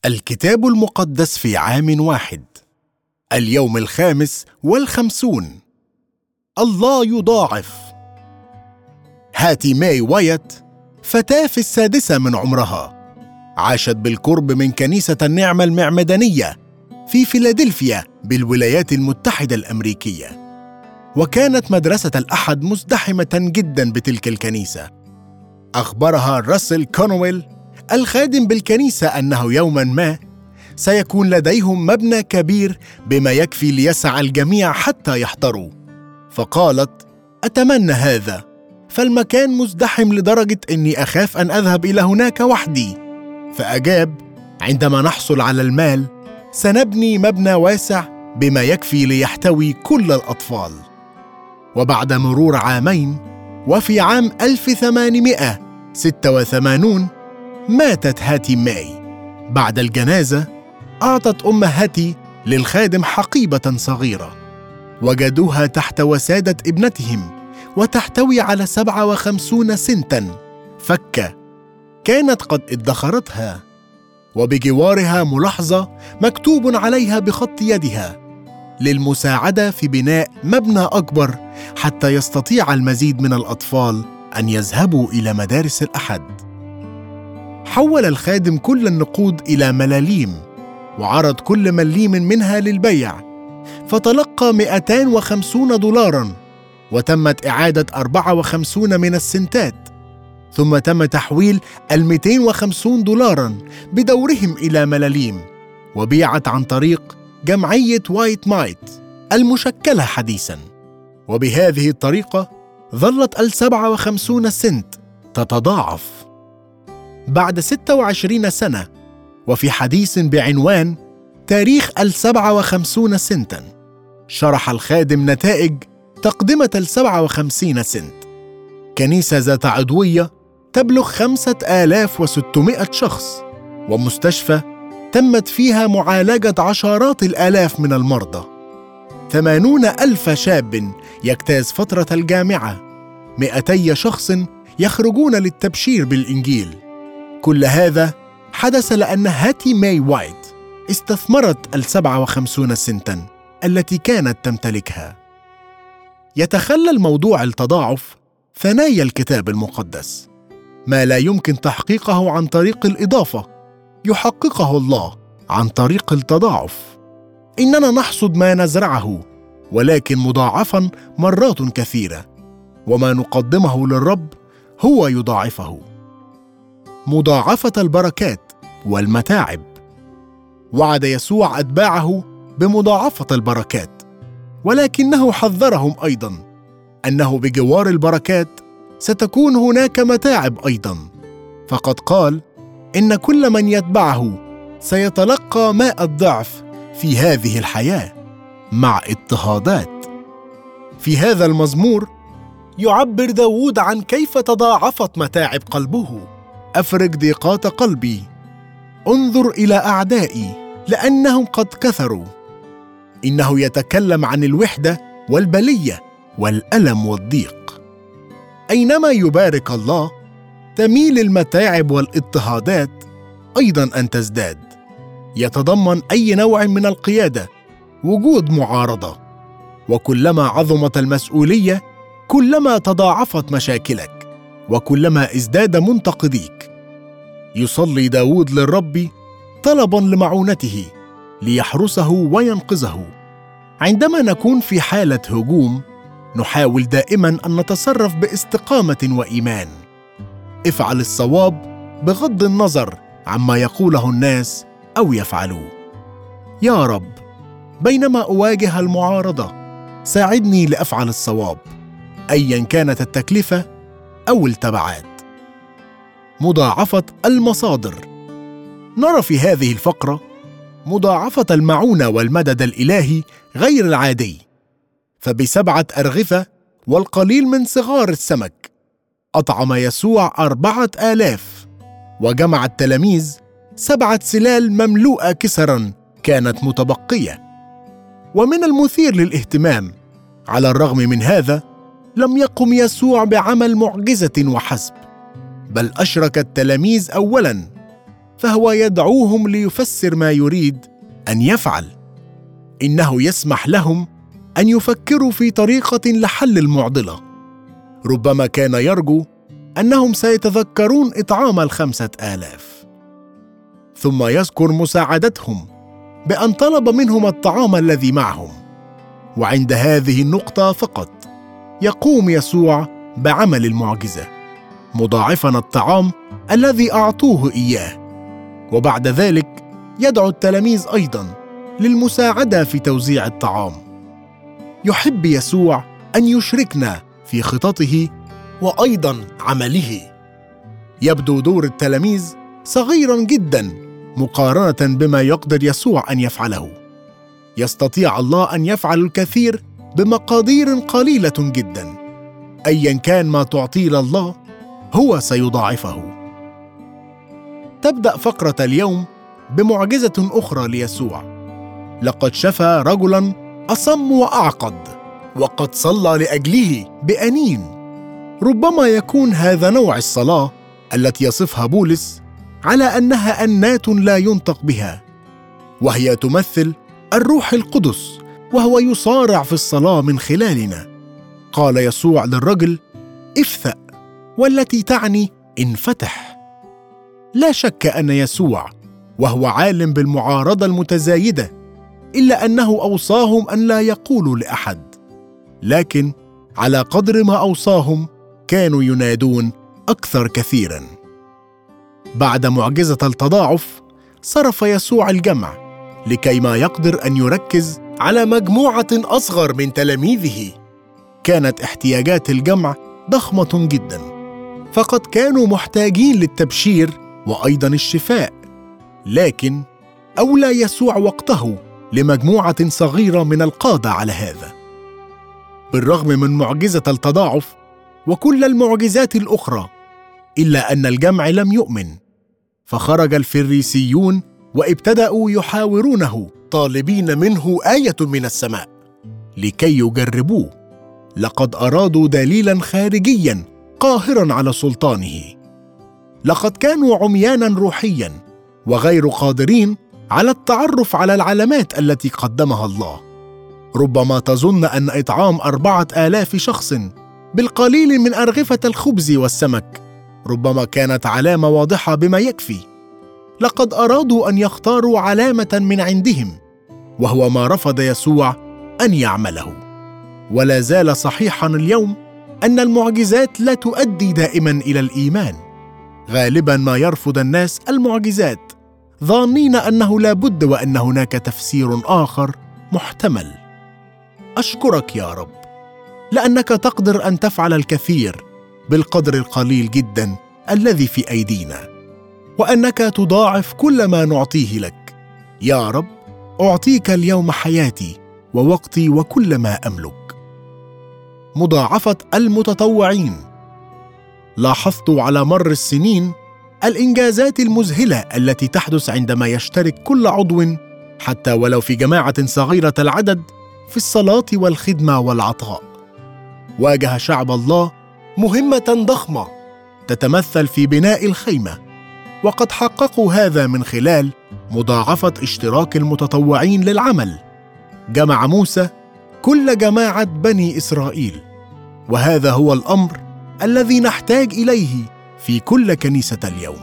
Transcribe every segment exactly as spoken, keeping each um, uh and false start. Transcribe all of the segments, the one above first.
الكتاب المقدس في عام واحد. اليوم الخامس والخمسون. الله يضاعف. هاتي ماي وايت فتاة في السادسة من عمرها، عاشت بالقرب من كنيسة النعمة المعمدانية في فيلادلفيا بالولايات المتحدة الأمريكية، وكانت مدرسة الأحد مزدحمة جدا بتلك الكنيسة. أخبرها راسل كونويل الخادم بالكنيسة أنه يوماً ما سيكون لديهم مبنى كبير بما يكفي ليسع الجميع حتى يحضروا، فقالت: أتمنى هذا، فالمكان مزدحم لدرجة أني أخاف أن أذهب إلى هناك وحدي. فأجاب: عندما نحصل على المال سنبني مبنى واسع بما يكفي ليحتوي كل الأطفال. وبعد مرور عامين، وفي عام ألف وثمانمائة وستة وثمانين، ماتت هاتي ماي. بعد الجنازة أعطت أم هاتي للخادم حقيبة صغيرة وجدوها تحت وسادة ابنتهم، وتحتوي على سبعة وخمسين سنتاً فكة كانت قد ادخرتها، وبجوارها ملاحظة مكتوب عليها بخط يدها: للمساعدة في بناء مبنى أكبر حتى يستطيع المزيد من الأطفال أن يذهبوا إلى مدارس الأحد. حول الخادم كل النقود إلى ملاليم، وعرض كل مليم منها للبيع، فتلقى مئتين وخمسين دولاراً، وتمت إعادة أربعة وخمسين من السنتات، ثم تم تحويل المئتين وخمسين دولاراً بدورهم إلى ملاليم، وبيعت عن طريق جمعية وايت مايت المشكلة حديثاً. وبهذه الطريقة ظلت السبعة وخمسون سنت تتضاعف. بعد ستة وعشرين سنة، وفي حديث بعنوان تاريخ السبعة وخمسون سنتاً، شرح الخادم نتائج تقدمة السبعة وخمسين سنت: كنيسة ذات عضوية تبلغ خمسة آلاف وستمائة شخص، ومستشفى تمت فيها معالجة عشرات الآلاف من المرضى، ثمانون ألف شاب يجتاز فترة الجامعة، مئتي شخص يخرجون للتبشير بالإنجيل. كل هذا حدث لأن هاتي ماي وايت استثمرت السبعة وخمسون سنتاً التي كانت تمتلكها. يتخلل موضوع التضاعف ثنايا الكتاب المقدس. ما لا يمكن تحقيقه عن طريق الإضافة يحققه الله عن طريق التضاعف. إننا نحصد ما نزرعه، ولكن مضاعفاً مرات كثيرة، وما نقدمه للرب هو يضاعفه. مضاعفة البركات والمتاعب. وعد يسوع أتباعه بمضاعفة البركات، ولكنه حذرهم أيضاً أنه بجوار البركات ستكون هناك متاعب أيضاً، فقد قال: إن كل من يتبعه سيتلقى ماء الضعف في هذه الحياة مع اضطهادات. في هذا المزمور يعبر داود عن كيف تضاعفت متاعب قلبه: أفرج ضيقات قلبي، انظر إلى أعدائي لأنهم قد كثروا. إنه يتكلم عن الوحدة والبلية والألم والضيق. أينما يبارك الله تميل المتاعب والاضطهادات أيضاً أن تزداد. يتضمن أي نوع من القيادة وجود معارضة، وكلما عظمت المسؤولية كلما تضاعفت مشاكلك، وكلما ازداد منتقديك. يصلي داود للرب طلباً لمعونته ليحرسه وينقذه. عندما نكون في حالة هجوم نحاول دائماً أن نتصرف باستقامة وإيمان. افعل الصواب بغض النظر عما يقوله الناس أو يفعلوه. يا رب، بينما أواجه المعارضة ساعدني لأفعل الصواب أياً كانت التكلفة أو التبعات. مضاعفة المصادر. نرى في هذه الفقرة مضاعفة المعونة والمدد الإلهي غير العادي. فبسبعة أرغفة والقليل من صغار السمك أطعم يسوع أربعة آلاف، وجمع التلاميذ سبعة سلال مملوءة كسراً كانت متبقية. ومن المثير للاهتمام، على الرغم من هذا لم يقم يسوع بعمل معجزة وحسب، بل أشرك التلاميذ أولاً فهو يدعوهم ليفسر ما يريد أن يفعل. إنه يسمح لهم أن يفكروا في طريقة لحل المعضلة. ربما كان يرجو أنهم سيتذكرون إطعام الخمسة آلاف، ثم يذكر مساعدتهم بأن طلب منهم الطعام الذي معهم. وعند هذه النقطة فقط يقوم يسوع بعمل المعجزة، مضاعفاً الطعام الذي أعطوه إياه. وبعد ذلك يدعو التلاميذ أيضاً للمساعدة في توزيع الطعام. يحب يسوع أن يشركنا في خططه وأيضاً عمله. يبدو دور التلاميذ صغيراً جداً مقارنة بما يقدر يسوع أن يفعله. يستطيع الله أن يفعل الكثير بمقادير قليلة جداً. أياً كان ما تعطيه لله هو سيضاعفه. تبدأ فقرة اليوم بمعجزة أخرى ليسوع. لقد شفى رجلاً أصم وأعقد، وقد صلى لأجله بأنين. ربما يكون هذا نوع الصلاة التي يصفها بولس على أنها أنات لا ينطق بها، وهي تمثل الروح القدس، وهو يصارع في الصلاة من خلالنا. قال يسوع للرجل: افثأ، والتي تعني انفتح. لا شك أن يسوع وهو عالم بالمعارضة المتزايدة، إلا أنه أوصاهم أن لا يقولوا لأحد، لكن على قدر ما أوصاهم كانوا ينادون أكثر كثيراً. بعد معجزة التضاعف صرف يسوع الجمع لكي ما يقدر أن يركز على مجموعة أصغر من تلاميذه. كانت احتياجات الجمع ضخمة جداً، فقد كانوا محتاجين للتبشير وأيضاً الشفاء، لكن أولى يسوع وقته لمجموعة صغيرة من القادة على هذا. بالرغم من معجزة التضاعف وكل المعجزات الأخرى، إلا أن الجمع لم يؤمن، فخرج الفريسيون وابتدأوا يحاورونه طالبين منه آية من السماء لكي يجربوه. لقد أرادوا دليلاً خارجياً قاهراً على سلطانه. لقد كانوا عمياناً روحياً وغير قادرين على التعرف على العلامات التي قدمها الله. ربما تظن أن إطعام أربعة آلاف شخص بالقليل من أرغفة الخبز والسمك ربما كانت علامة واضحة بما يكفي. لقد أرادوا أن يختاروا علامة من عندهم، وهو ما رفض يسوع أن يعمله. ولا زال صحيحاً اليوم أن المعجزات لا تؤدي دائماً إلى الإيمان. غالباً ما يرفض الناس المعجزات ظانين أنه لا بد وأن هناك تفسير آخر محتمل. أشكرك يا رب لأنك تقدر أن تفعل الكثير بالقدر القليل جداً الذي في أيدينا، وأنك تضاعف كل ما نعطيه لك. يا رب، أعطيك اليوم حياتي ووقتي وكل ما أملك. مضاعفة المتطوعين. لاحظت على مر السنين الإنجازات المذهلة التي تحدث عندما يشترك كل عضو، حتى ولو في جماعة صغيرة العدد، في الصلاة والخدمة والعطاء. واجه شعب الله مهمة ضخمة تتمثل في بناء الخيمة، وقد حققوا هذا من خلال مضاعفة اشتراك المتطوعين للعمل. جمع موسى كل جماعة بني إسرائيل، وهذا هو الأمر الذي نحتاج إليه في كل كنيسة اليوم.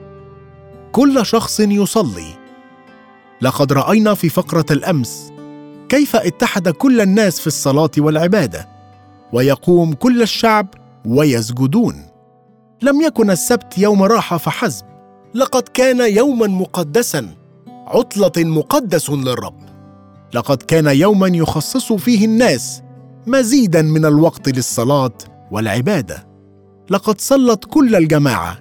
كل شخص يصلي. لقد رأينا في فقرة الأمس كيف اتحد كل الناس في الصلاة والعبادة، ويقوم كل الشعب ويسجدون. لم يكن السبت يوم راحة فحسب، لقد كان يوماً مقدساً، عطلة مقدس للرب. لقد كان يوماً يخصص فيه الناس مزيداً من الوقت للصلاة والعبادة. لقد صلت كل الجماعة.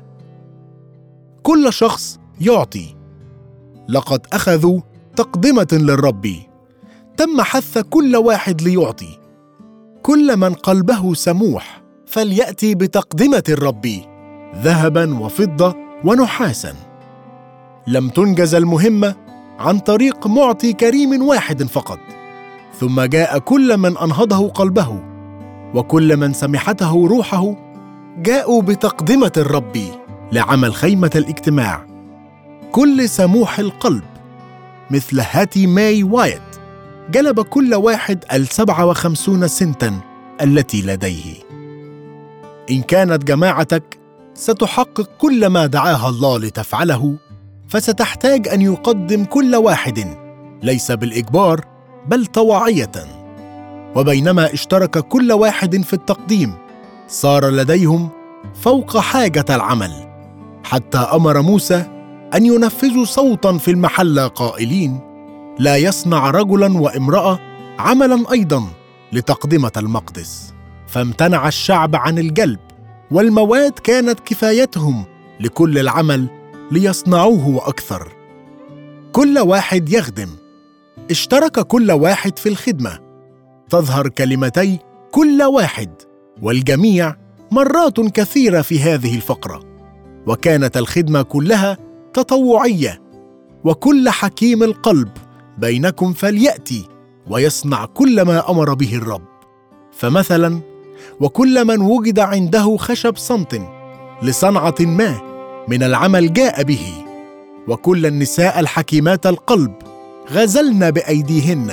كل شخص يعطي. لقد أخذوا تقدمة للرب. تم حث كل واحد ليعطي. كل من قلبه سموح فليأتي بتقدمة الرب، ذهباً وفضة ونحاساً. لم تنجز المهمة عن طريق معطي كريم واحد فقط، ثم جاء كل من أنهضه قلبه وكل من سمحته روحه، جاءوا بتقدمة الرب لعمل خيمة الاجتماع. كل سموح القلب مثل هاتي ماي وايت جلب كل واحد السبعة وخمسون سنتا التي لديه. إن كانت جماعتك ستحقق كل ما دعاها الله لتفعله، فستحتاج أن يقدم كل واحد ليس بالإجبار بل طواعية. وبينما اشترك كل واحد في التقديم، صار لديهم فوق حاجة العمل، حتى أمر موسى أن ينفذوا صوتاً في المحلة قائلين: لا يصنع رجلاً وامرأة عملاً أيضاً لتقدمة المقدس. فامتنع الشعب عن الجلب، والمواد كانت كفايتهم لكل العمل ليصنعوه وأكثر. كل واحد يخدم، اشترك كل واحد في الخدمة. تظهر كلمتي كل واحد والجميع مرات كثيرة في هذه الفقرة، وكانت الخدمة كلها تطوعية. وكل حكيم القلب بينكم فليأتي ويصنع كل ما أمر به الرب. فمثلا، وكل من وجد عنده خشب صمت لصنعة ما من العمل جاء به، وكل النساء الحكيمات القلب غزلن بأيديهن.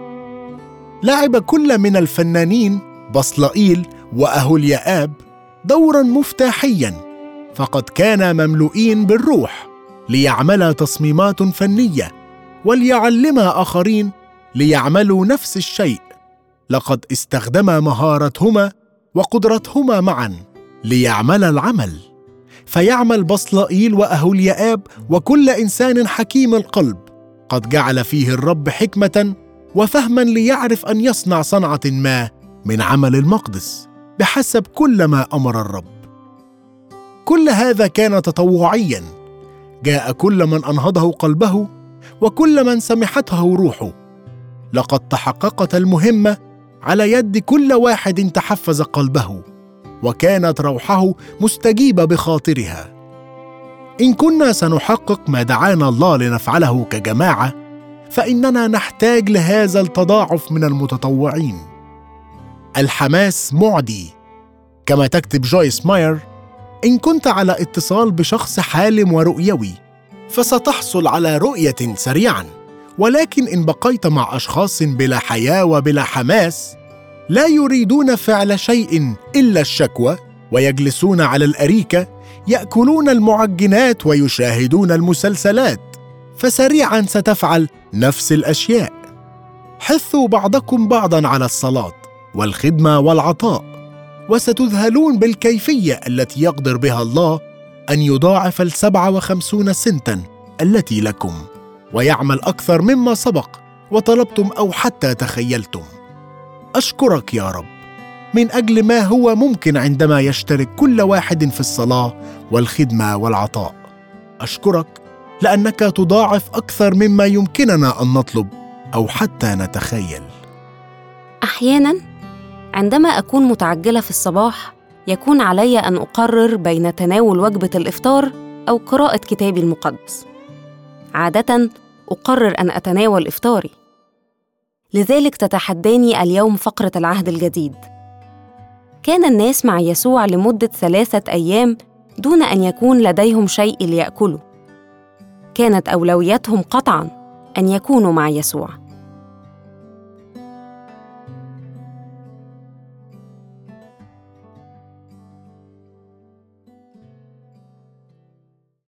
لعب كل من الفنانين بصلائيل وأهوليآب دورا مفتاحيا، فقد كانا مملوئين بالروح ليعملا تصميمات فنية وليعلما آخرين ليعملوا نفس الشيء. لقد استخدما مهارتهما وقدرتهما معا ليعملا العمل. فيعمل بصلائيل وأهوليآب وكل إنسان حكيم القلب قد جعل فيه الرب حكمة وفهما ليعرف أن يصنع صنعة ما من عمل المقدس بحسب كل ما أمر الرب. كل هذا كان تطوعيا. جاء كل من أنهضه قلبه وكل من سمحته روحه. لقد تحققت المهمة على يد كل واحد تحفز قلبه، وكانت روحه مستجيبة بخاطرها. إن كنا سنحقق ما دعانا الله لنفعله كجماعة، فإننا نحتاج لهذا التضاعف من المتطوعين. الحماس معدي. كما تكتب جويس ماير: إن كنت على اتصال بشخص حالم ورؤيوي فستحصل على رؤية سريعاً، ولكن إن بقيت مع أشخاص بلا حياة وبلا حماس لا يريدون فعل شيء إلا الشكوى، ويجلسون على الأريكة يأكلون المعجنات ويشاهدون المسلسلات، فسريعاً ستفعل نفس الأشياء. حثوا بعضكم بعضاً على الصلاة والخدمة والعطاء، وستذهلون بالكيفية التي يقدر بها الله أن يضاعف السبعة وخمسون سنتا التي لكم، ويعمل أكثر مما سبق وطلبتم أو حتى تخيلتم. أشكرك يا رب من أجل ما هو ممكن عندما يشترك كل واحد في الصلاة والخدمة والعطاء. أشكرك لأنك تضاعف أكثر مما يمكننا أن نطلب أو حتى نتخيل. أحياناً عندما أكون متعجلة في الصباح، يكون علي أن أقرر بين تناول وجبة الإفطار أو قراءة كتابي المقدس. عادةً أقرر أن أتناول إفطاري، لذلك تتحداني اليوم فقرة العهد الجديد. كان الناس مع يسوع لمدة ثلاثة أيام دون أن يكون لديهم شيء ليأكلوا. كانت أولويتهم قطعاً أن يكونوا مع يسوع.